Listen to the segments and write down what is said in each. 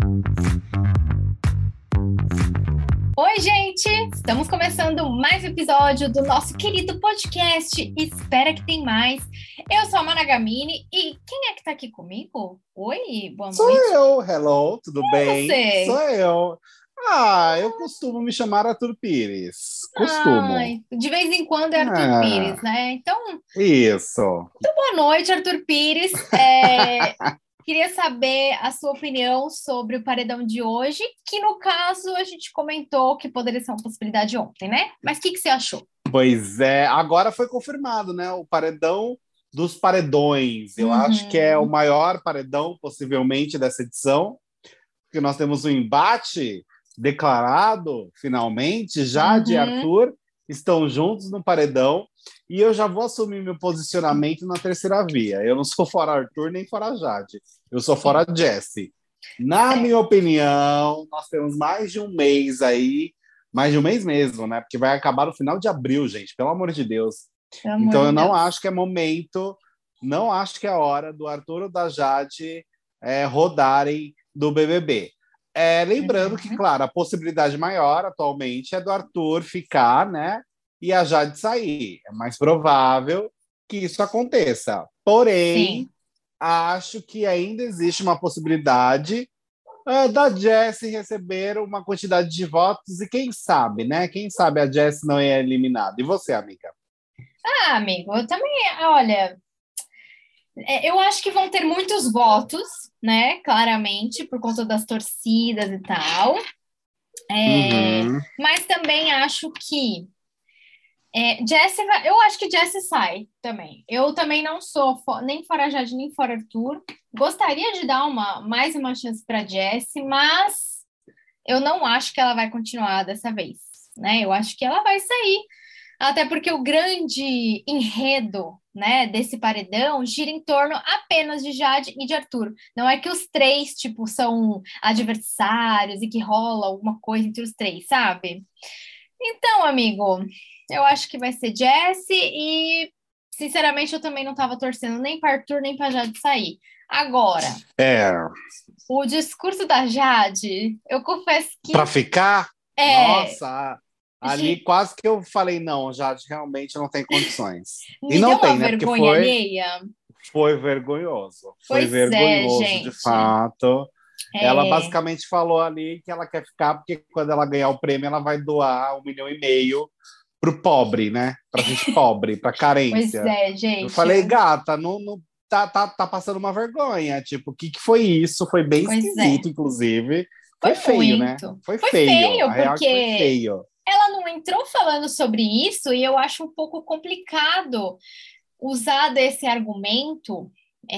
Oi, gente! Estamos começando mais um episódio do nosso querido podcast Espera que tem mais. Eu sou a Managamini e quem é que tá aqui comigo? Oi, boa Sou noite. eu, hello, tudo bem? Você? Sou eu. Eu costumo me chamar Arthur Pires. Costumo. Ai, de vez em quando é Arthur Pires, Ah, né? Então, isso. boa noite, Arthur Pires. Queria saber a sua opinião sobre o paredão de hoje, que no caso a gente comentou que poderia ser uma possibilidade ontem, né? Mas o que você achou? Pois é, agora foi confirmado, né? O paredão dos paredões. Eu acho que é o Uhum, maior paredão, possivelmente, dessa edição, porque nós temos um embate declarado, finalmente. Jade e uhum. Arthur estão juntos no paredão, e eu já vou assumir meu posicionamento na terceira via. Eu não sou fora Arthur nem fora Jade, eu sou fora Sim, Jessie. Na certo. minha opinião, nós temos mais de um mês aí, mais de um mês mesmo, né? Porque vai acabar no final de abril, gente, pelo amor de Deus. Pelo amor Então de eu não Deus. acho que é momento, não acho que é hora do Arthur ou da Jade rodarem do BBB. Lembrando que, Uhum. claro, a possibilidade maior atualmente é do Arthur ficar, né? E a Jade sair. É mais provável que isso aconteça. Porém, Sim. acho que ainda existe uma possibilidade da Jessie receber uma quantidade de votos e quem sabe, né? Quem sabe a Jessie não é eliminada. E você, amiga? Ah, amigo, eu também, olha, eu acho que vão ter muitos votos, né? Claramente, por conta das torcidas e tal. Uhum. Mas também acho que eu acho que Jessie sai também. Eu também não sou nem fora Jade, nem fora Arthur. Gostaria de dar mais uma chance para Jessie, mas eu não acho que ela vai continuar dessa vez, né? Eu acho que ela vai sair. Até porque o grande enredo, né, desse paredão gira em torno apenas de Jade e de Arthur. Não é que os três, tipo, são adversários e que rola alguma coisa entre os três, sabe? Então, amigo, eu acho que vai ser Jessie e, sinceramente, eu também não estava torcendo nem para Arthur nem para Jade sair. Agora, É, o discurso da Jade, eu confesso para que ficar, é, nossa, ali quase que eu falei, não, Jade realmente não tem condições. E me deu não uma tem, né? Porque vergonha alheia. foi vergonhoso. Foi Pois é, vergonhoso, de gente. fato. Ela É, basicamente falou ali que ela quer ficar porque quando ela ganhar o prêmio, ela vai doar 1,5 milhão pro pobre, né? Pra gente pobre, pra pois carência. é, Eu gente. falei, gata, não tá passando uma vergonha. Tipo, o que foi isso? Foi bem Pois é. esquisito, inclusive. Foi Foi feio, né? muito. Foi Foi feio. A feio, real é que foi porque feio. ela não entrou falando sobre isso e eu acho um pouco complicado usar desse argumento,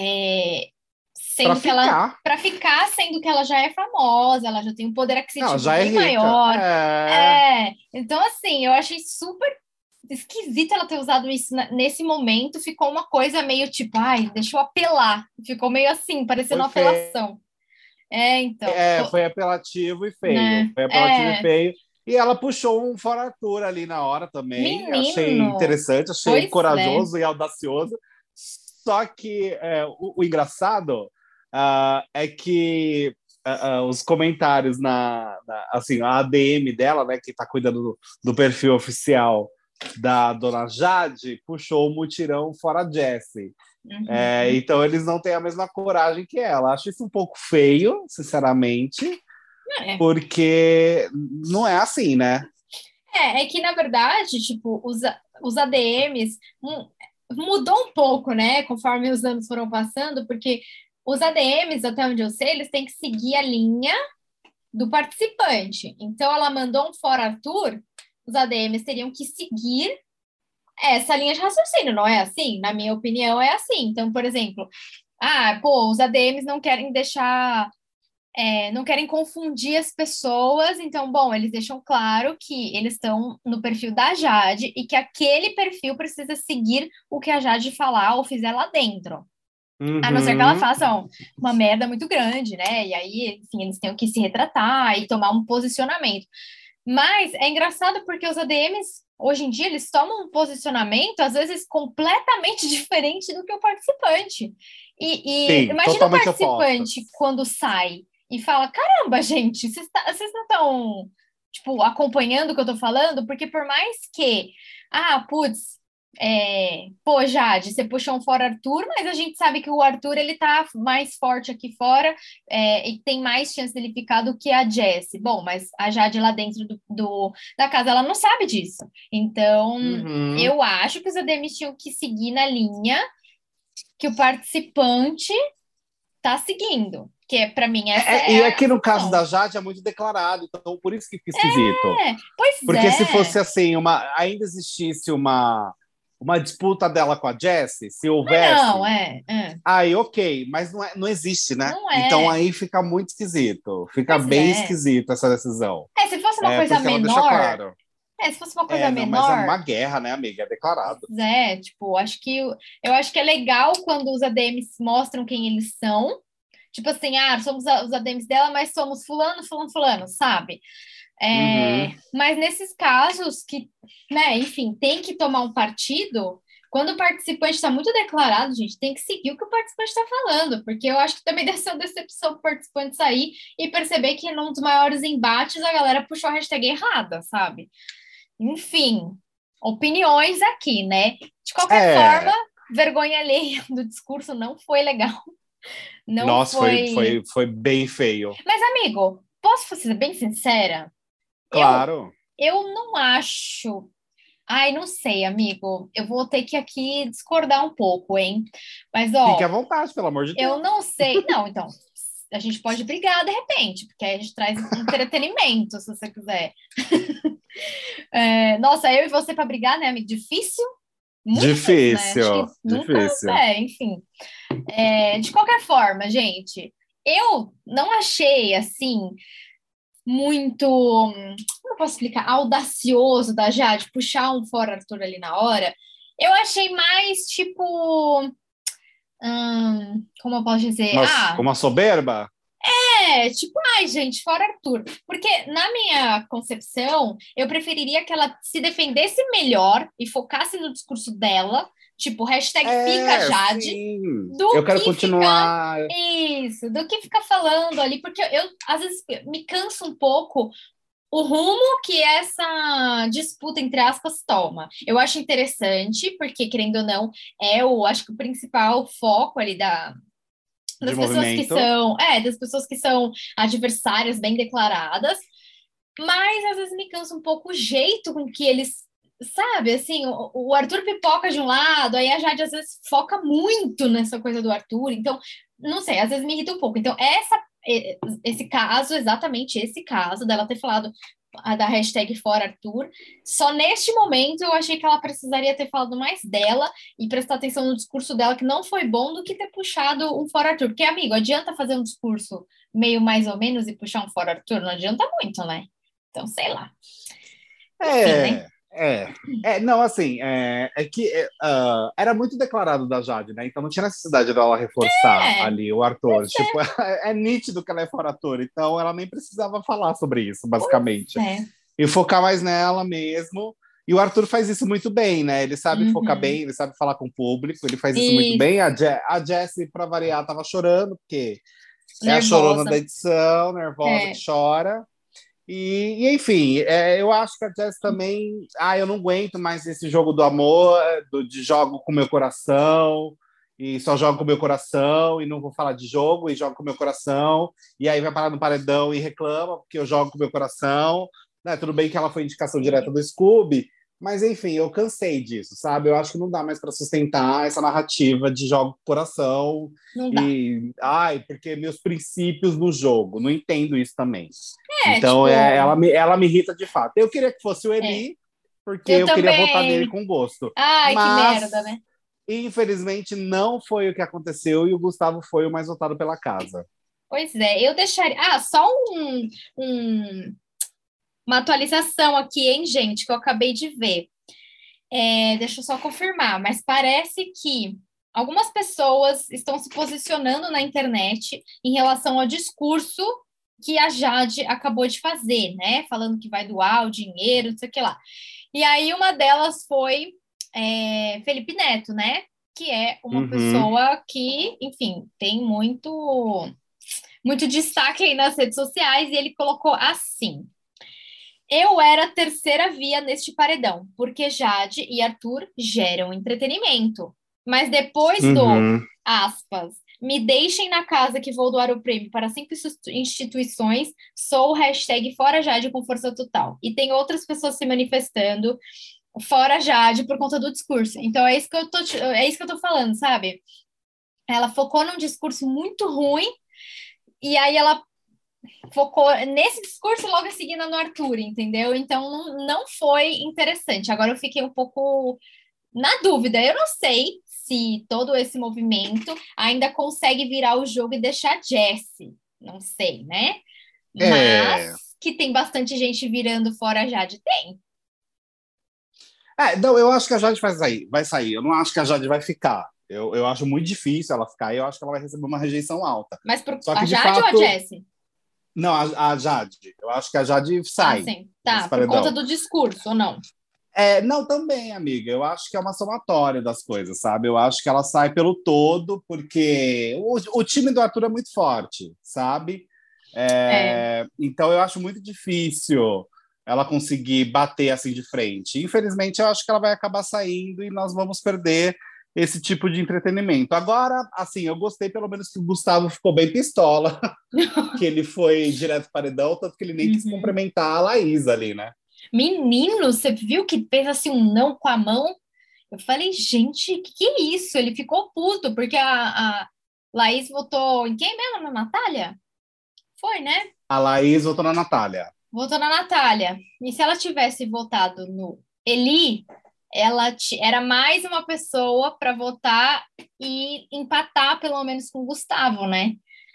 Pra sendo que ela ficar. para ficar sendo que ela já é famosa, ela já tem um poder Ela aquisitivo já é bem rica. maior. Então assim, eu achei super esquisito ela ter usado isso nesse momento, ficou uma coisa meio tipo, ai, deixa eu apelar. Ficou meio assim, parecendo Foi uma feio. apelação. Então, Foi apelativo e feio. né? Foi apelativo e feio. E ela puxou um fora Arthur ali na hora também. Achei Menino, interessante, achei pois é. corajoso e audacioso. Só que o engraçado é que os comentários assim, a ADM dela, né, que está cuidando do perfil oficial da dona Jade, puxou o mutirão fora Jessie. Uhum. Então eles não têm a mesma coragem que ela. Acho isso um pouco feio, sinceramente, É. porque não é assim, né? É que na verdade, tipo, os ADMs mudou um pouco, né, conforme os anos foram passando, porque os ADMs, até onde eu sei, eles têm que seguir a linha do participante. Então, ela mandou um fora Arthur, os ADMs teriam que seguir essa linha de raciocínio, não é assim? Na minha opinião, é assim. Então, por exemplo, os ADMs não querem deixar não querem confundir as pessoas, então, bom, eles deixam claro que eles estão no perfil da Jade e que aquele perfil precisa seguir o que a Jade falar ou fizer lá dentro. A não ser que ela Uhum. faça uma merda muito grande, né? E aí, enfim, eles têm que se retratar e tomar um posicionamento. Mas é engraçado porque os ADMs, hoje em dia, eles tomam um posicionamento, às vezes, completamente diferente do que o participante. E Sim, imagina o totalmente participante opostas. quando sai. e fala, caramba, gente, vocês não estão, tipo, acompanhando o que eu tô falando? Porque por mais que, putz, pô, Jade, você puxou um fora Arthur, mas a gente sabe que o Arthur, ele tá mais forte aqui fora, e tem mais chance dele ficar do que a Jessie. Bom, mas a Jade lá dentro da casa, ela não sabe disso. Então, Uhum. eu acho que os ADMs tinham que seguir na linha que o participante tá seguindo, que para mim essa E é a aqui no caso função. da Jade é muito declarado, então por isso que fica esquisito. Pois Porque se é. fosse assim, ainda existisse uma disputa dela com a Jessie, se Mas não, houvesse, é. aí ok, mas não existe, né? Não Então é. aí fica muito esquisito, fica Pois bem é. esquisito essa decisão. Se fosse uma É coisa porque ela deixa menor, claro. se fosse uma coisa Não, mas é uma menor, guerra, né, amiga? É declarado. tipo, eu acho que é legal quando os ADMs mostram quem eles são. Tipo assim, somos os ADMs dela, mas somos fulano, fulano, fulano, sabe? Uhum. Mas nesses casos que, né, enfim, tem que tomar um partido, quando o participante está muito declarado, gente, tem que seguir o que o participante está falando, porque eu acho que também deve ser uma decepção o participante sair e perceber que num dos maiores embates a galera puxou a hashtag errada, sabe? Enfim, opiniões aqui, né? De qualquer forma, É, vergonha alheia do discurso não foi legal, não nossa, foi. foi bem feio. Mas, amigo, posso ser bem sincera? Eu, Claro. eu não acho. Ai, não sei, amigo. Eu vou ter que aqui discordar um pouco, hein? Mas, Fique à ó, vontade, pelo amor de eu Deus. não sei. Não, então, a gente pode brigar de repente, porque aí a gente traz entretenimento, se você quiser. Nossa, eu e você para brigar, né, amigo? Difícil? Muito difícil, né? Acho Difícil, que nunca. difícil. Enfim. De qualquer forma, gente, eu não achei assim muito, como eu posso explicar, audacioso da Jade puxar um fora Arthur ali na hora. Eu achei mais tipo, como eu posso dizer? Uma soberba? Tipo, ai, gente, fora Arthur. Porque na minha concepção, eu preferiria que ela se defendesse melhor e focasse no discurso dela, tipo, hashtag fica Jade, Sim. Eu do quero que ficar continuar. do que ficar falando ali, porque eu às vezes me canso um pouco o rumo que essa disputa, entre aspas, toma. Eu acho interessante, porque, querendo ou não, acho que o principal foco ali De das pessoas que movimento. das pessoas que são adversárias bem declaradas, mas às vezes me cansa um pouco o jeito com que eles, sabe, assim, o Arthur pipoca de um lado, aí a Jade às vezes foca muito nessa coisa do Arthur, então, não sei, às vezes me irrita um pouco. Então, esse caso, exatamente esse caso dela ter falado da hashtag fora Arthur, só neste momento eu achei que ela precisaria ter falado mais dela e prestar atenção no discurso dela, que não foi bom, do que ter puxado um fora Arthur. Porque, amigo, adianta fazer um discurso meio mais ou menos e puxar um fora Arthur? Não adianta muito, né? Então, sei lá. Enfim, né? É, é. Não, assim, é que era muito declarado da Jade, né? Então não tinha necessidade dela reforçar É, ali o Arthur. Tipo, é nítido que ela é fora ator, então ela nem precisava falar sobre isso, pois basicamente. é. E focar mais nela mesmo. E o Arthur faz isso muito bem, né? Ele sabe focar Uhum. bem, ele sabe falar com o público, ele faz isso muito bem. Isso, A Jessie, para variar, tava chorando, porque é a chorona da nervosa. edição, nervosa que É, chora. Enfim, eu acho que a Jess também. Eu não aguento mais esse jogo do amor, de jogo com meu coração, e só jogo com meu coração, e não vou falar de jogo, e jogo com meu coração, e aí vai parar no paredão e reclama, porque eu jogo com meu coração. Né? Tudo bem que ela foi indicação direta do Scooby, mas enfim, eu cansei disso, sabe? Eu acho que não dá mais para sustentar essa narrativa de jogo com coração, não dá. porque meus princípios no jogo, não entendo isso também. Então, Tipo, ela me irrita de fato. Eu queria que fosse o é. Eli, porque Eu eu queria votar nele também. com gosto. Ai, que merda, Mas, né? infelizmente, não foi o que aconteceu e o Gustavo foi o mais votado pela casa. Pois é, eu deixaria. Só um- uma atualização aqui, hein, gente, que eu acabei de ver. Deixa eu só confirmar, mas parece que algumas pessoas estão se posicionando na internet em relação ao discurso que a Jade acabou de fazer, né? Falando que vai doar o dinheiro, não sei o que lá. E aí uma delas foi Felipe Neto, né? Que é uma Uhum. pessoa que, enfim, tem muito destaque aí nas redes sociais, e ele colocou assim: eu era a terceira via neste paredão, porque Jade e Arthur geram entretenimento. Mas depois do, Uhum. aspas, me deixem na casa que vou doar o prêmio para 5 instituições, sou o hashtag Fora Jade com força total. E tem outras pessoas se manifestando fora Jade por conta do discurso. Então é isso que eu tô falando, sabe? Ela focou num discurso muito ruim, e aí ela focou nesse discurso logo em seguida no Arthur, entendeu? Então não foi interessante. Agora eu fiquei um pouco na dúvida. Eu não sei se todo esse movimento ainda consegue virar o jogo e deixar Jessie. Não sei, né? Mas É. que tem bastante gente virando fora Jade, tem. Não, eu acho que a Jade vai sair, vai sair. Eu não acho que a Jade vai ficar. Eu acho muito difícil ela ficar e eu acho que ela vai receber uma rejeição alta. Mas por Só a que, de Jade ou a fato, Jessie? não, a Jade. Eu acho que a Jade Ah, sai sim. nesse Tá, por conta paredão. do discurso, ou não? Não, também, amiga. Eu acho que é uma somatória das coisas, sabe? Eu acho que ela sai pelo todo, porque o time do Arthur é muito forte, sabe? É, Então eu acho muito difícil ela conseguir bater assim de frente. Infelizmente, eu acho que ela vai acabar saindo e nós vamos perder esse tipo de entretenimento. Agora, assim, eu gostei pelo menos que o Gustavo ficou bem pistola, que ele foi direto para o paredão, tanto que ele nem quis Uhum. cumprimentar a Laís ali, né? Menino, você viu que fez assim um não com a mão? Eu falei, gente, que é isso? Ele ficou puto, porque a Laís votou em quem mesmo? Na Natália? Foi, né? A Laís votou na Natália. Votou na Natália. E se ela tivesse votado no Eli, era mais uma pessoa para votar e empatar, pelo menos, com o Gustavo, né?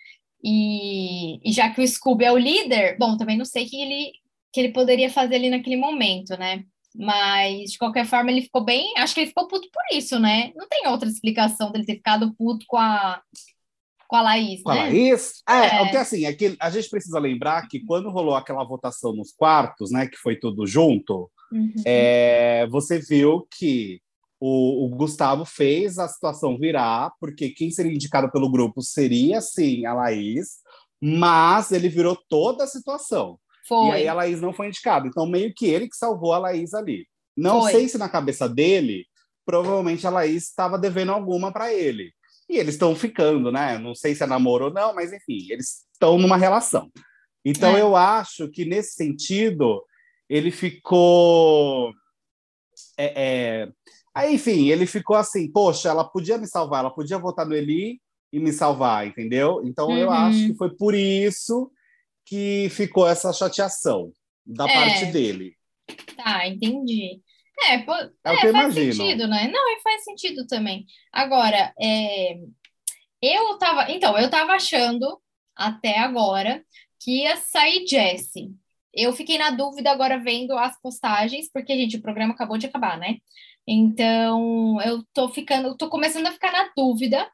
E já que o Scooby é o líder, bom, também não sei que ele poderia fazer ali naquele momento, né? Mas, de qualquer forma, ele ficou bem. Acho que ele ficou puto por isso, né? Não tem outra explicação dele ter ficado puto com a Laís, Com a né? Laís? O que É. assim, é que a gente precisa lembrar que quando rolou aquela votação nos quartos, né, que foi tudo junto, Uhum. você viu que o Gustavo fez a situação virar, porque quem seria indicado pelo grupo seria, sim, a Laís, mas ele virou toda a situação. E aí a Foi, Laís não foi indicada. Então, meio que ele que salvou a Laís ali. Não sei foi. se na cabeça dele, provavelmente a Laís estava devendo alguma para ele. E eles estão ficando, né? Não sei se é namoro ou não, mas enfim, eles estão numa relação. Então, É. eu acho que nesse sentido, ele ficou Aí, enfim, ele ficou assim, poxa, ela podia me salvar, ela podia votar no Eli e me salvar, entendeu? Então eu acho que Uhum. foi por isso que ficou essa chateação da parte É, dele. tá, entendi. É o que eu Faz imagino. sentido, né? Não, e faz sentido também. Agora, eu tava achando até agora que ia sair Jessie. Eu fiquei na dúvida agora vendo as postagens, porque, gente, o programa acabou de acabar, né? Então, eu tô começando a ficar na dúvida.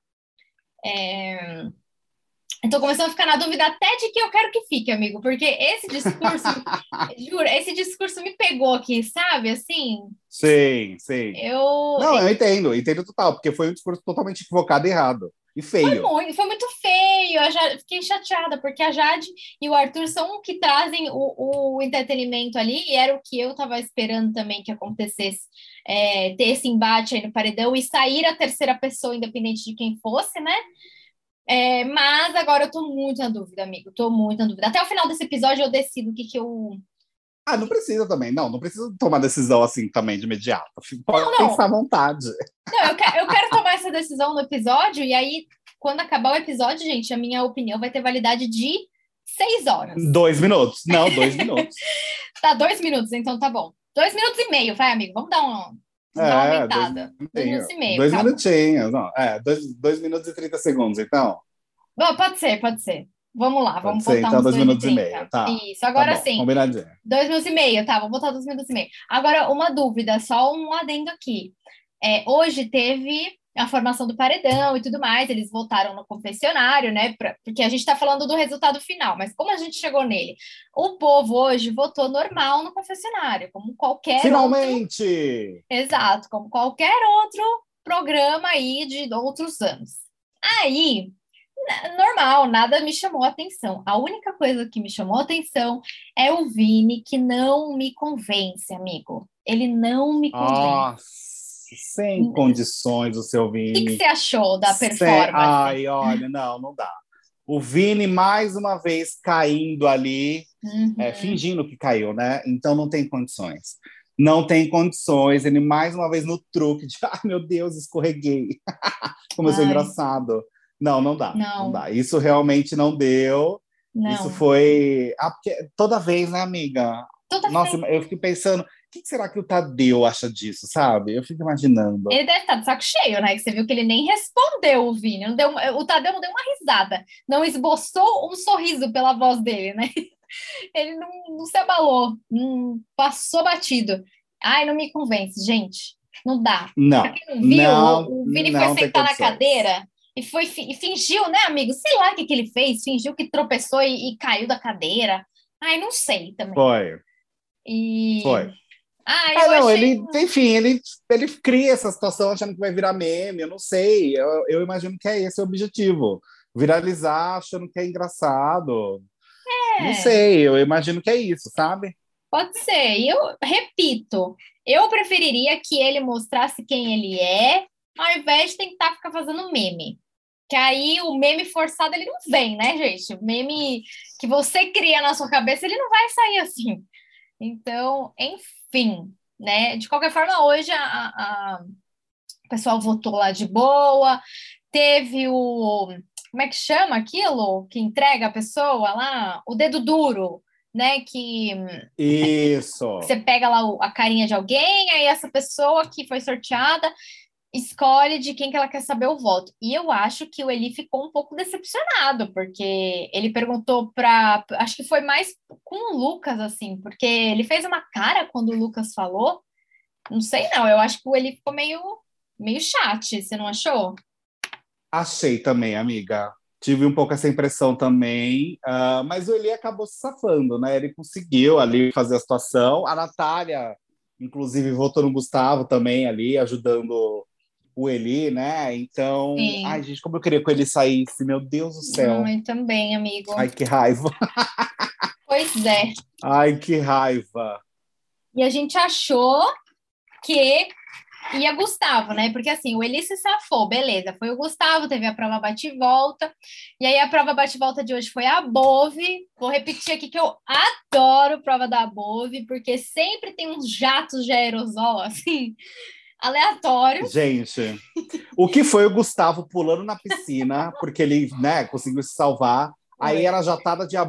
Eu tô começando a ficar na dúvida até de que eu quero que fique, amigo, porque esse discurso, juro, esse discurso me pegou aqui, sabe? Assim, Sim, sim. eu, Não, eu entendo total, porque foi um discurso totalmente equivocado e errado. E feio. Foi muito feio. Eu já fiquei chateada, porque a Jade e o Arthur são o que trazem o entretenimento ali, e era o que eu estava esperando também que acontecesse, ter esse embate aí no paredão e sair a terceira pessoa, independente de quem fosse, né? Mas agora eu tô muito na dúvida, amigo. Tô muito na dúvida. Até o final desse episódio eu decido o que que eu. Não precisa também, não precisa tomar decisão assim também de imediato. Pode pensar Não, à vontade. não, eu quero tomar essa decisão no episódio, e aí, quando acabar o episódio, gente, a minha opinião vai ter validade de 6 horas. 2 minutos. Não, 2 minutos. Tá, 2 minutos, então tá bom. 2 minutos e meio, vai, amigo. Vamos dar uma Dois aumentada. Dois minutinhos. minutos e meio, Dois acabou. minutinhos. Não, 2 minutos e 30 segundos, então. Bom, pode ser, pode ser. Vamos lá, Pode vamos ser, botar então, uns dois dois e minutos e meio. trinta. Tá. Isso, Tá agora bom, sim. combinadinho. 2 minutos e meio, tá? Vou botar 2 minutos e meio. Agora, uma dúvida, só um adendo aqui. Hoje teve a formação do paredão e tudo mais, eles votaram no confessionário, né? Porque a gente está falando do resultado final, mas como a gente chegou nele? O povo hoje votou normal no confessionário, como qualquer outro, Finalmente! exato, como qualquer outro programa aí de outros anos. Aí, Normal, nada me chamou a atenção. A única coisa que me chamou a atenção é o Vini, que não me convence, amigo. Ele não me convence. Nossa, sem condições o seu Que Vini. você achou da performance? Ai, olha, não, não dá. O Vini, mais uma vez, caindo ali, Uhum. fingindo que caiu, né? Então não tem condições. Não tem condições. Ele, mais uma vez, no truque de, ai, meu Deus, escorreguei. Começou Ai, engraçado. Não, não dá, não não, dá. Isso realmente não deu. Isso não. foi. Ah, porque toda vez, né, amiga? Toda Nossa, vez. eu fico pensando, o que será que o Tadeu acha disso, sabe? Eu fico imaginando. Ele deve estar de saco cheio, né? Que você viu que ele nem respondeu o Vini. Não deu, o Tadeu não deu uma risada. Não esboçou um sorriso pela voz dele, né? Ele não se abalou. Não passou batido. Ai, não me convence, gente. Não dá. Pra Não, quem não viu, não, o Vini foi não tem sentar na condições. cadeira e fingiu, né, amigo? Sei lá o que ele fez. Fingiu que tropeçou e caiu da cadeira. Ai, não sei também. Foi, E. foi. Eu Não, achei. enfim, ele cria essa situação achando que vai virar meme, eu não sei. Eu imagino que é esse o objetivo. Viralizar achando que é engraçado. Não É. sei, eu imagino que é isso, sabe? Pode ser. E eu repito, eu preferiria que ele mostrasse quem ele é, ao invés de tentar ficar fazendo meme. Que aí o meme forçado ele não vem, né, gente? O meme que você cria na sua cabeça, ele não vai sair assim. Então, enfim, né? De qualquer forma, hoje o pessoal votou lá de boa, teve o. Como é que chama aquilo? Que entrega a pessoa lá? O dedo duro, né? Que Isso. você pega lá a carinha de alguém, aí essa pessoa que foi sorteada escolhe de quem que ela quer saber o voto. E eu acho que o Eli ficou um pouco decepcionado, porque ele perguntou para, acho que foi mais com o Lucas assim, porque ele fez uma cara quando o Lucas falou. Não sei não, eu acho que o Eli ficou meio chat, você não achou? Achei também, amiga. Tive um pouco essa impressão também, mas o Eli acabou se safando, né? Ele conseguiu ali fazer a situação. A Natália, inclusive, votou no Gustavo também ali, ajudando o Eli, né? Então, ai, Sim. gente, como eu queria que ele saísse, meu Deus do céu. Ai, também, amigo. Ai, que raiva. Pois é. Ai, que raiva. E a gente achou que ia Gustavo, né? Porque assim, o Eli se safou, beleza. Foi o Gustavo, teve a prova bate e volta. E aí a prova bate e volta de hoje foi a Bove. Vou repetir aqui que eu adoro prova da Bove, porque sempre tem uns jatos de aerosol, assim, aleatórios. Gente, o que foi o Gustavo pulando na piscina, porque ele, né, conseguiu se salvar. Aí Foi. era jatada de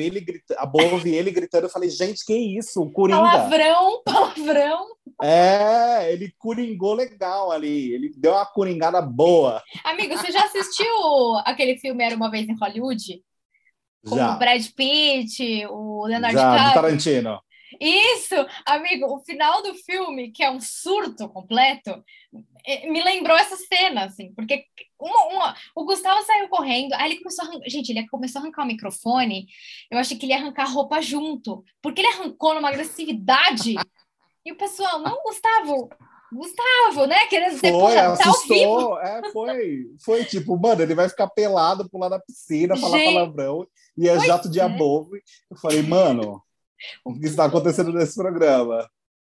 Above, ele gritando. Eu falei, gente, que isso? O Coringa. Palavrão, palavrão. Ele coringou legal ali. Ele deu uma coringada boa. Amigo, você já assistiu aquele filme Era uma Vez em Hollywood? Com o Já, Brad Pitt, o Leonardo já, do DiCaprio? Tarantino. Isso, amigo, o final do filme, que é um surto completo, me lembrou essa cena, assim, porque o Gustavo saiu correndo, aí ele começou a arrancar, gente, ele começou a arrancar o microfone, eu achei que ele ia arrancar a roupa junto, porque ele arrancou numa agressividade, e o pessoal, não, Gustavo, né, querendo dizer, Foi, porra, tá ao vivo, assustou. Foi tipo, mano, ele vai ficar pelado, pular na piscina, falar gente, palavrão, e é pois jato de é, Above. Eu falei, mano, o que está acontecendo nesse programa?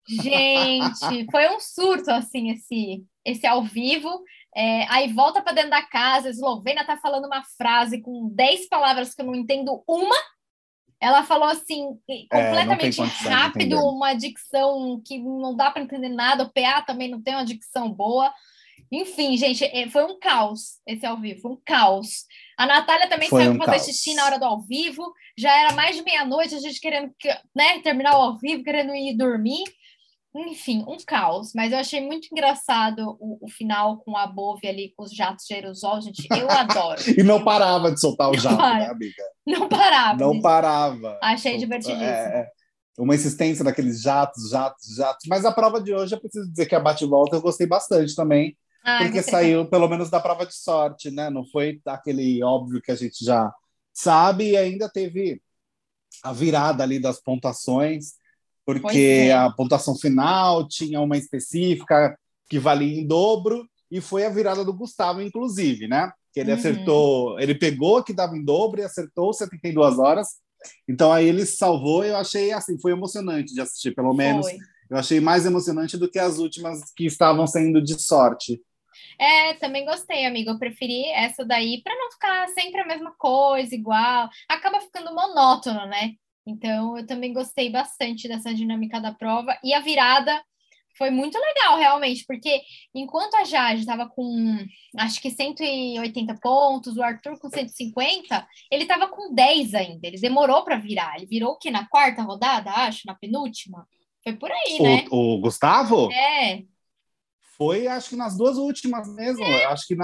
gente, foi um surto, assim, esse ao vivo. Aí volta para dentro da casa, a Eslovênia tá falando uma frase com 10 palavras que eu não entendo uma. Ela falou assim, Não tem completamente condições de rápido, entender. uma dicção que não dá para entender nada. O PA também não tem uma dicção boa. Enfim, gente, foi um caos esse ao vivo, foi um caos. A Natália também Foi saiu um para fazer xixi na caos. hora do ao vivo. Já era mais de meia-noite, a gente querendo, né, terminar o ao vivo, querendo ir dormir. Enfim, um caos, mas eu achei muito engraçado o final com a Bove ali, com os jatos de aerosol, gente, eu adoro. E não parava de soltar o Não jato, né, para, amiga? não parava, Não gente. parava. Achei divertidíssimo. Uma insistência daqueles jatos, jatos, jatos. Mas a prova de hoje, eu preciso dizer que a bate-volta eu gostei bastante também, Ah, porque gostei saiu também. pelo menos da prova de sorte, né? Não foi aquele óbvio que a gente já sabe, e ainda teve a virada ali das pontuações, Pois porque é. a pontuação final tinha uma específica que valia em dobro, e foi a virada do Gustavo, inclusive, né? que ele acertou, ele pegou a que dava em dobro e acertou 72 horas. Então aí ele salvou, eu achei assim, foi emocionante de assistir, pelo menos Foi. eu achei mais emocionante do que as últimas que estavam sendo de sorte. Também gostei, amiga. Eu preferi essa daí para não ficar sempre a mesma coisa, igual. Acaba ficando monótono, né? Então, eu também gostei bastante dessa dinâmica da prova. E a virada foi muito legal, realmente, porque enquanto a Jade estava com, acho que 180 pontos, o Arthur com 150, ele estava com 10 ainda. Ele demorou para virar. Ele virou o quê? Na quarta rodada, acho, na penúltima? Foi por aí, né? O Gustavo É, foi, acho que nas duas últimas mesmo, acho que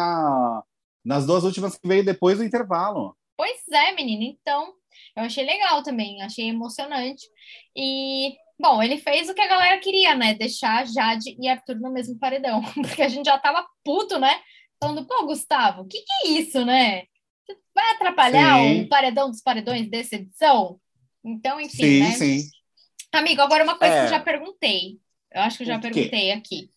nas duas últimas que veio depois do intervalo. pois é, menina. Então, eu achei legal também, achei emocionante. E, bom, ele fez o que a galera queria, né? Deixar Jade e Arthur no mesmo paredão, porque a gente já tava puto, né? Falando, pô, Gustavo, o que que é isso, né? Vai atrapalhar o Sim, paredão dos paredões dessa edição? Então, enfim, sim, né? sim. Amigo, agora uma coisa que eu já É, perguntei. Eu acho que eu o já quê? perguntei aqui.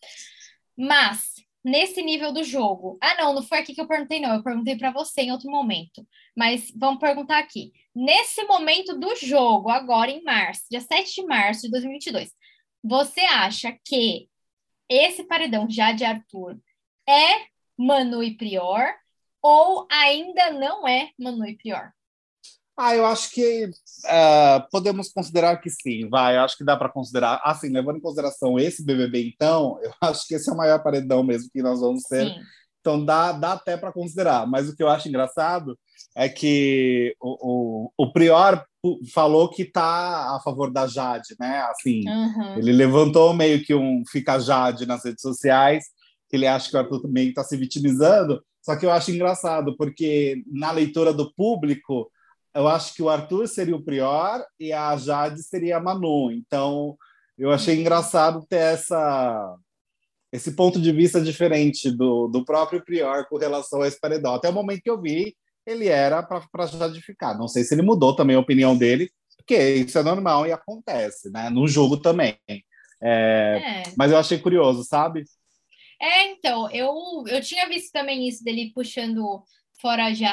Mas, nesse nível do jogo. Ah, não, não foi aqui que eu perguntei, não. Eu perguntei para você em outro momento. Mas vamos perguntar aqui. Nesse momento do jogo, agora em março, dia 7 de março de 2022, você acha que esse paredão já de Arthur é Manu e Prior ou ainda não é Manu e Prior? Eu acho que podemos considerar que sim, vai. Eu acho que dá para considerar. Assim, levando em consideração esse BBB, então, eu acho que esse é o maior paredão mesmo que nós vamos ter. Sim. Então, dá até para considerar. Mas o que eu acho engraçado é que o Prior falou que está a favor da Jade, né? Assim, Uhum. ele levantou meio que um fica Jade nas redes sociais, que ele acha que o Arthur também está se vitimizando. Só que eu acho engraçado, porque na leitura do público eu acho que o Arthur seria o Prior e a Jade seria a Manu. Então, eu achei Hum. engraçado ter esse ponto de vista diferente do próprio Prior com relação a esse paredão. Até o momento que eu vi, ele era para Jade ficar. Não sei se ele mudou também a opinião dele, porque isso é normal e acontece, né? No jogo também. É. Mas eu achei curioso, sabe? Então, eu tinha visto também isso dele puxando fora já,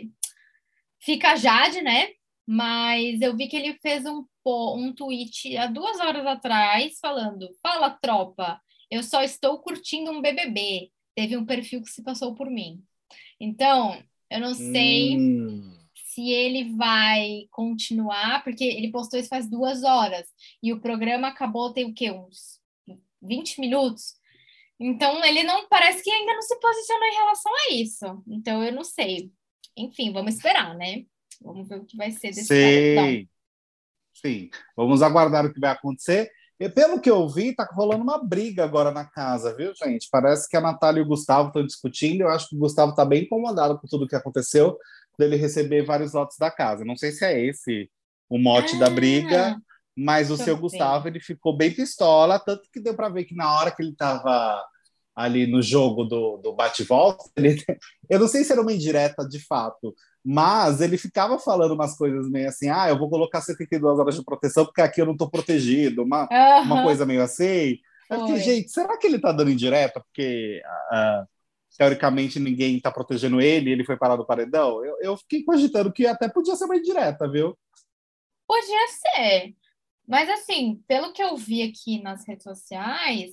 fica a Jade, né? Mas eu vi que ele fez um tweet há 2 horas atrás falando: Fala, tropa, eu só estou curtindo um BBB. Teve um perfil que se passou por mim. Então, eu não sei Hum, se ele vai continuar, porque ele postou isso faz 2 horas e o programa acabou tem o quê? Uns 20 minutos. Então, ele não parece que ainda não se posicionou em relação a isso. Então, eu não sei. Enfim, vamos esperar, né? Vamos ver o que vai ser desse paredão. sei. Sim, vamos aguardar o que vai acontecer. E pelo que eu vi, tá rolando uma briga agora na casa, viu, gente? Parece que a Natália e o Gustavo estão discutindo. Eu acho que o Gustavo está bem incomodado com tudo que aconteceu, dele receber vários votos da casa. Não sei se é esse o mote da briga, Ah, mas o deixa seu eu ver. Gustavo ele ficou bem pistola, tanto que deu para ver que na hora que ele estava ali no jogo do bate-volta, eu não sei se era uma indireta de fato, mas ele ficava falando umas coisas meio assim, eu vou colocar 72 horas de proteção porque aqui eu não estou protegido, uma Aham, coisa meio assim. Eu fiquei, foi. gente, será que ele está dando indireta porque teoricamente ninguém está protegendo ele e ele foi parar no paredão? Eu fiquei cogitando que até podia ser uma indireta, viu? Podia ser. Mas, assim, pelo que eu vi aqui nas redes sociais,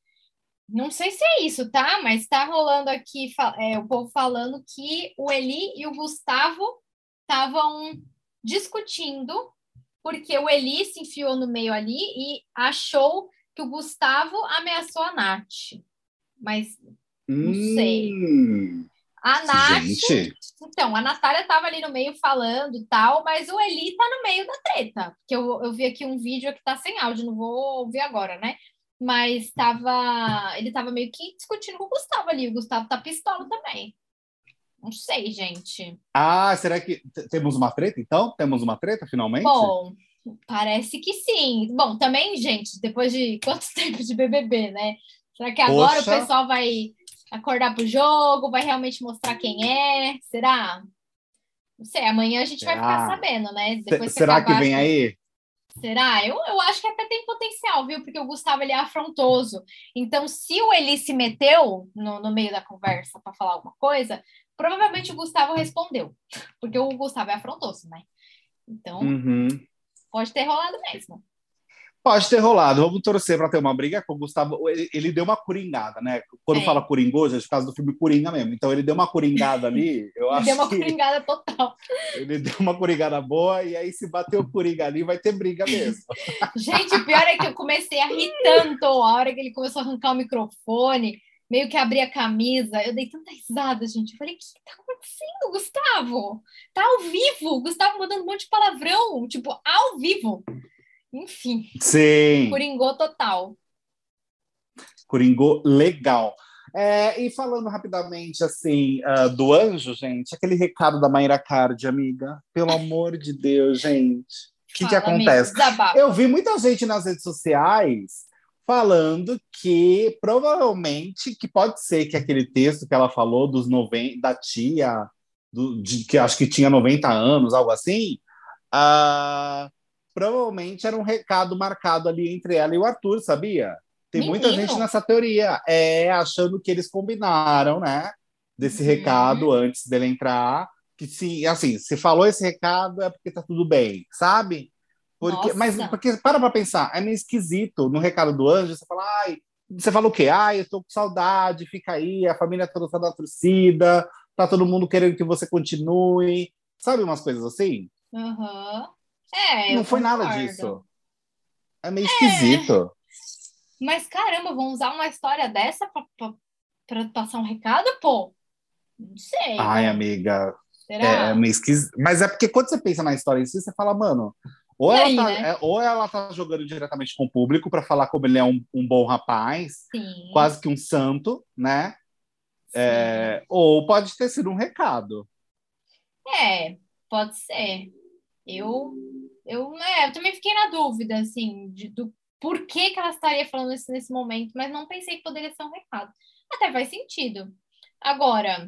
não sei se é isso, tá? Mas tá rolando aqui o povo falando que o Eli e o Gustavo estavam discutindo, porque o Eli se enfiou no meio ali e achou que o Gustavo ameaçou a Nath. Mas não sei. Hum, A Nath, gente, então, a Natália estava ali no meio falando e tal, mas o Eli tá no meio da treta. Porque eu vi aqui um vídeo que tá sem áudio, não vou ouvir agora, né? Mas ele tava meio que discutindo com o Gustavo ali. O Gustavo tá pistola também. Não sei, gente. será que temos uma treta então? Temos uma treta finalmente? Bom, parece que sim. Bom, também, gente, depois de quanto tempo de BBB, né? Será que agora o Poxa, pessoal vai acordar pro jogo, vai realmente mostrar quem é? Será? Não sei, amanhã a gente vai ficar será? sabendo, né? Depois que Será que acabar vem aqui. aí? Será? Eu acho que até tem potencial, viu? Porque o Gustavo ele é afrontoso. Então, se o Eli se meteu no meio da conversa para falar alguma coisa, provavelmente o Gustavo respondeu, porque o Gustavo é afrontoso, né? Então, Uhum. pode ter rolado mesmo. Pode ter rolado. Vamos torcer para ter uma briga com o Gustavo. Ele deu uma coringada, né? Quando fala É, coringou, já é por causa do filme Coringa mesmo. Então ele deu uma coringada ali. Eu ele deu acho uma que coringada total. ele deu uma coringada boa. E aí, se bater o coringa ali, vai ter briga mesmo. Gente, o pior é que eu comecei a rir tanto a hora que ele começou a arrancar o microfone, meio que abrir a camisa. Eu dei tanta risada, gente. Eu falei, o que tá acontecendo, Gustavo? Tá ao vivo. O Gustavo mandando um monte de palavrão, tipo, ao vivo. Enfim, Sim, coringou total. coringou legal. E falando rapidamente assim do anjo, gente, aquele recado da Mayra Card, amiga, pelo amor de Deus, gente, o que Fala, amigo, acontece? Eu desabafa. vi muita gente nas redes sociais falando que provavelmente que pode ser que aquele texto que ela falou dos 90, da tia, que acho que tinha 90 anos, algo assim, ah, provavelmente era um recado marcado ali entre ela e o Arthur, sabia? Tem muita gente Menino. nessa teoria, achando que eles combinaram, né? Desse recado Uhum. antes dele entrar, que se, assim, se falou esse recado é porque tá tudo bem, sabe? Nossa. Porque para pensar, é meio esquisito no recado do anjo, você fala, ai, você fala o quê? Ai, eu tô com saudade, fica aí, a família toda tá na torcida, tá todo mundo querendo que você continue, sabe umas coisas assim? Uhum. É, Não eu foi nada concordo. disso. É meio É, esquisito. mas caramba, vão usar uma história dessa pra passar um recado, pô? Não sei, Ai, né? amiga, é Será? meio esquisito. Mas é porque quando você pensa na história em si, você fala, mano, E aí, né? ou ela tá jogando diretamente com o público para falar como ele é um bom rapaz, Sim, quase que um santo, né? sim. Ou pode ter sido um recado. É, pode ser. Eu, eu também fiquei na dúvida, assim, do porquê que ela estaria falando isso nesse momento, mas não pensei que poderia ser um recado. Até faz sentido. Agora,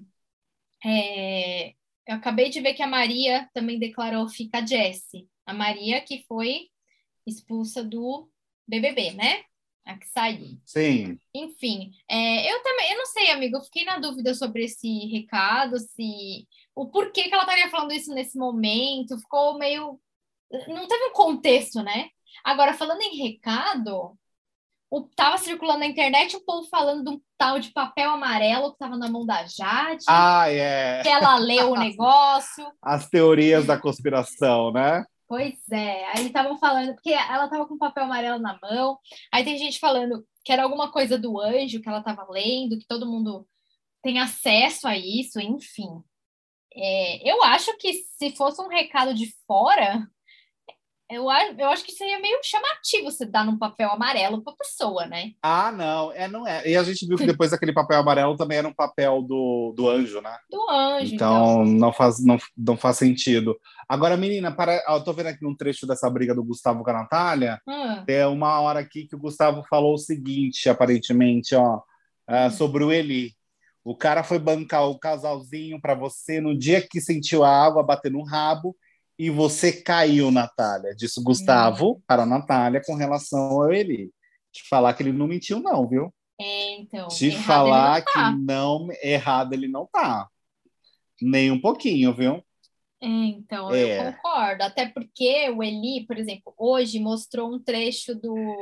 eu acabei de ver que a Maria também declarou fica a Jessie. A Maria que foi expulsa do BBB, né? A que saiu. Sim. Enfim, eu também, eu não sei, amigo, eu fiquei na dúvida sobre esse recado, se o porquê que ela estaria falando isso nesse momento, ficou meio, não teve um contexto, né? Agora, falando em recado, tava circulando na internet um povo falando de um tal de papel amarelo que tava na mão da Jade, Ai, é. que ela leu o negócio. As teorias da conspiração, né? Pois é, aí estavam falando, porque ela tava com papel amarelo na mão, aí tem gente falando que era alguma coisa do anjo que ela tava lendo, que todo mundo tem acesso a isso, enfim. Eu acho que se fosse um recado de fora, eu acho que seria meio chamativo você dar num papel amarelo pra pessoa, né? Ah, não, não é. E a gente viu que depois aquele papel amarelo também era um papel do anjo, né? Do anjo, então. Então não faz sentido. Agora, menina, eu tô vendo aqui um trecho dessa briga do Gustavo com a Natália. Hum, Tem uma hora aqui que o Gustavo falou o seguinte, aparentemente, ó, hum, sobre o Eli. O cara foi bancar o casalzinho para você no dia que sentiu a água bater no rabo e você caiu, Natália. Disse o Gustavo hum. para a Natália com relação ao Eli. Te falar que ele não mentiu, não, viu? Então, Te errado ele não falar que tá. não errado ele não tá. Nem um pouquinho, viu? Então, eu É. concordo. Até porque o Eli, por exemplo, hoje mostrou um trecho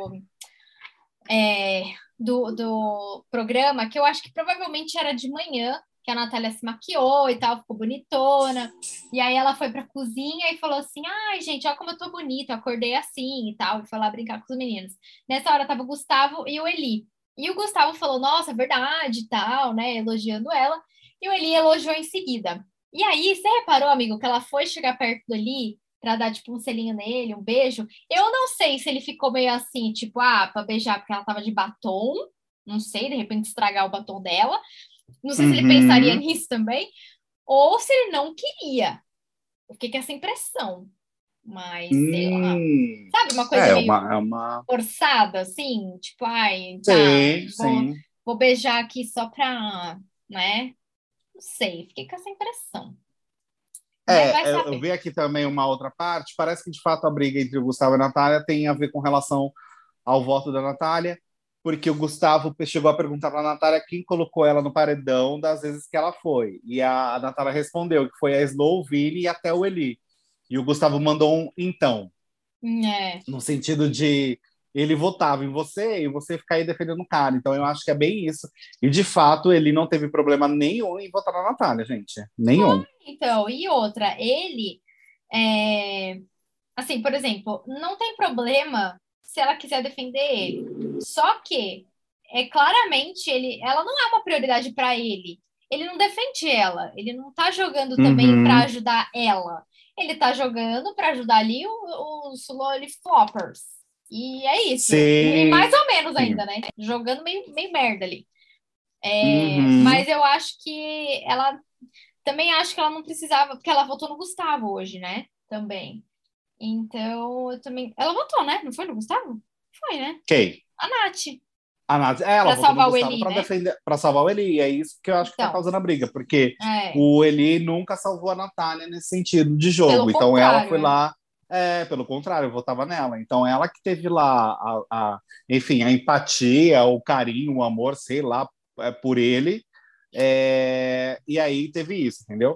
do programa que eu acho que provavelmente era de manhã, que a Natália se maquiou e tal, ficou bonitona. E aí ela foi pra cozinha e falou assim: ai, gente, olha como eu tô bonita, eu acordei assim e tal, e foi lá brincar com os meninos. Nessa hora tava o Gustavo e o Eli. E o Gustavo falou: nossa, é verdade e tal, né? Elogiando ela. E o Eli elogiou em seguida. E aí, você reparou, amigo, que ela foi chegar perto do Eli pra dar, tipo, um selinho nele, um beijo? Eu não sei se ele ficou meio assim, tipo, pra beijar porque ela tava de batom. Não sei, de repente estragar o batom dela. Não sei se ele pensaria Uhum. nisso também. Ou se ele não queria. Eu fiquei com essa impressão. Mas, sei lá. Hum. Sabe, uma coisa meio É uma. forçada, assim? Tipo, ai, tá, Sim, vou, sim. vou beijar aqui só pra, né? Não sei, fiquei com essa impressão. Mas vai Eu saber. vi aqui também uma outra parte. Parece que de fato a briga entre o Gustavo e a Natália tem a ver com relação ao voto da Natália. porque o Gustavo chegou a perguntar para a Natália quem colocou ela no paredão das vezes que ela foi. E a Natália respondeu que foi a Snow, o Vini e até o Eli. E o Gustavo mandou um então, no sentido de ele votava em você e você ficar aí defendendo o cara. Então eu acho que é bem isso. E de fato ele não teve problema nenhum em votar na Natália, gente. Nenhum. Então, e outra, ele, assim, por exemplo, não tem problema se ela quiser defender ele. Só que, claramente, ela não é uma prioridade para ele. Ele não defende ela. Ele não tá jogando também para ajudar ela. Ele tá jogando para ajudar ali os Lollipopers. E é isso. Sim. E mais ou menos ainda, né? Jogando meio merda ali. Mas eu acho que ela... Também acho que ela não precisava, porque ela votou no Gustavo hoje, né? Também. Então, eu também... Ela votou, né? Não foi no Gustavo? Foi, né? Quem? A Nath. A Nath, ela pra salvar o Eli, pra né? Defender, pra salvar o Eli. É isso que eu acho que tá causando a briga, porque o Eli nunca salvou a Natália nesse sentido de jogo. Pelo então ela foi contrário, lá, pelo contrário, eu votava nela. Então ela que teve lá, enfim, a empatia, o carinho, o amor, sei lá, por ele. E aí teve isso, entendeu?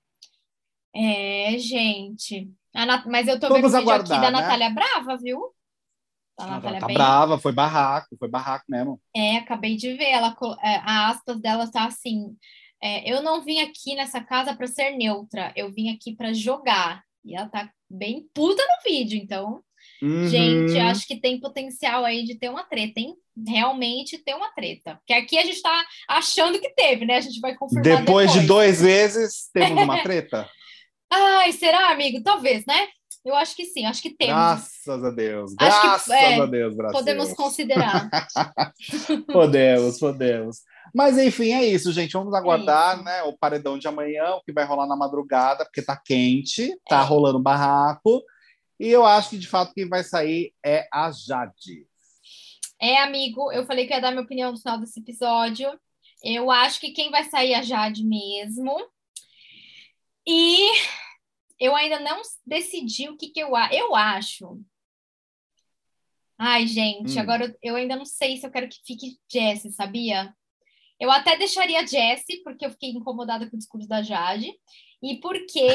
Gente. Mas eu tô Vamos vendo o vídeo aqui da aguardar, né? Natália brava, viu? Da Natália Tá bem... brava, foi barraco mesmo. Acabei de ver. A aspas dela tá assim: eu não vim aqui nessa casa para ser neutra, eu vim aqui para jogar. E ela tá bem puta no vídeo, então, gente, acho que tem potencial aí de ter uma treta, hein? Realmente ter uma treta. Porque aqui a gente tá achando que teve, né? A gente vai confirmar depois de 2 vezes, temos uma treta? Ai, será, amigo? Talvez, né? Eu acho que sim, acho que temos. Graças a Deus. Graças a Deus, Brasil. Podemos considerar. Podemos. Mas enfim, é isso, gente. Vamos aguardar, né, o paredão de amanhã, o que vai rolar na madrugada, porque tá quente, tá rolando barraco. E eu acho que, de fato, quem vai sair é a Jade. Amigo, eu falei que ia dar minha opinião no final desse episódio. Eu acho que quem vai sair é a Jade mesmo. E eu ainda não decidi o que eu acho. Ai, gente, agora eu ainda não sei se eu quero que fique Jessie, sabia? Eu até deixaria Jessie, porque eu fiquei incomodada com o discurso da Jade. E porque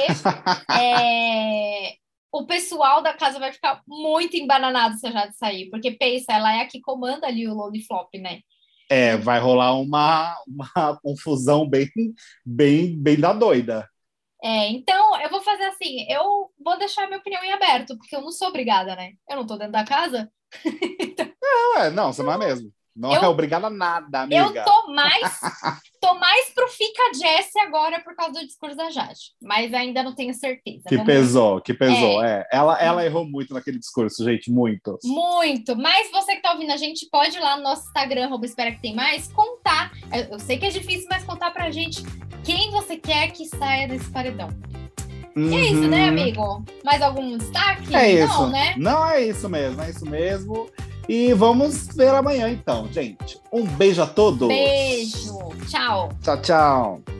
o pessoal da casa vai ficar muito embananado se a Jade sair. Porque, pensa, ela é a que comanda ali o Lollipop, né? Vai rolar uma confusão bem da doida. Então, eu vou fazer assim, eu vou deixar minha opinião em aberto, porque eu não sou obrigada, né? Eu não tô dentro da casa. Não, você não é mesmo. Não é obrigada a nada, amiga. Eu tô mais pro Fica Jessie agora por causa do discurso da Jade, mas ainda não tenho certeza. Que pesou. Ela errou muito naquele discurso, gente, muito. Muito, mas você que tá ouvindo a gente pode ir lá no nosso Instagram, @espera que tem mais, contar. Eu sei que é difícil, mas contar pra gente quem você quer que saia desse paredão. E é isso, né, amigo? Mais algum destaque? Não, né? Não, é isso mesmo. E vamos ver amanhã, então, gente. Um beijo a todos. Beijo. Tchau. Tchau.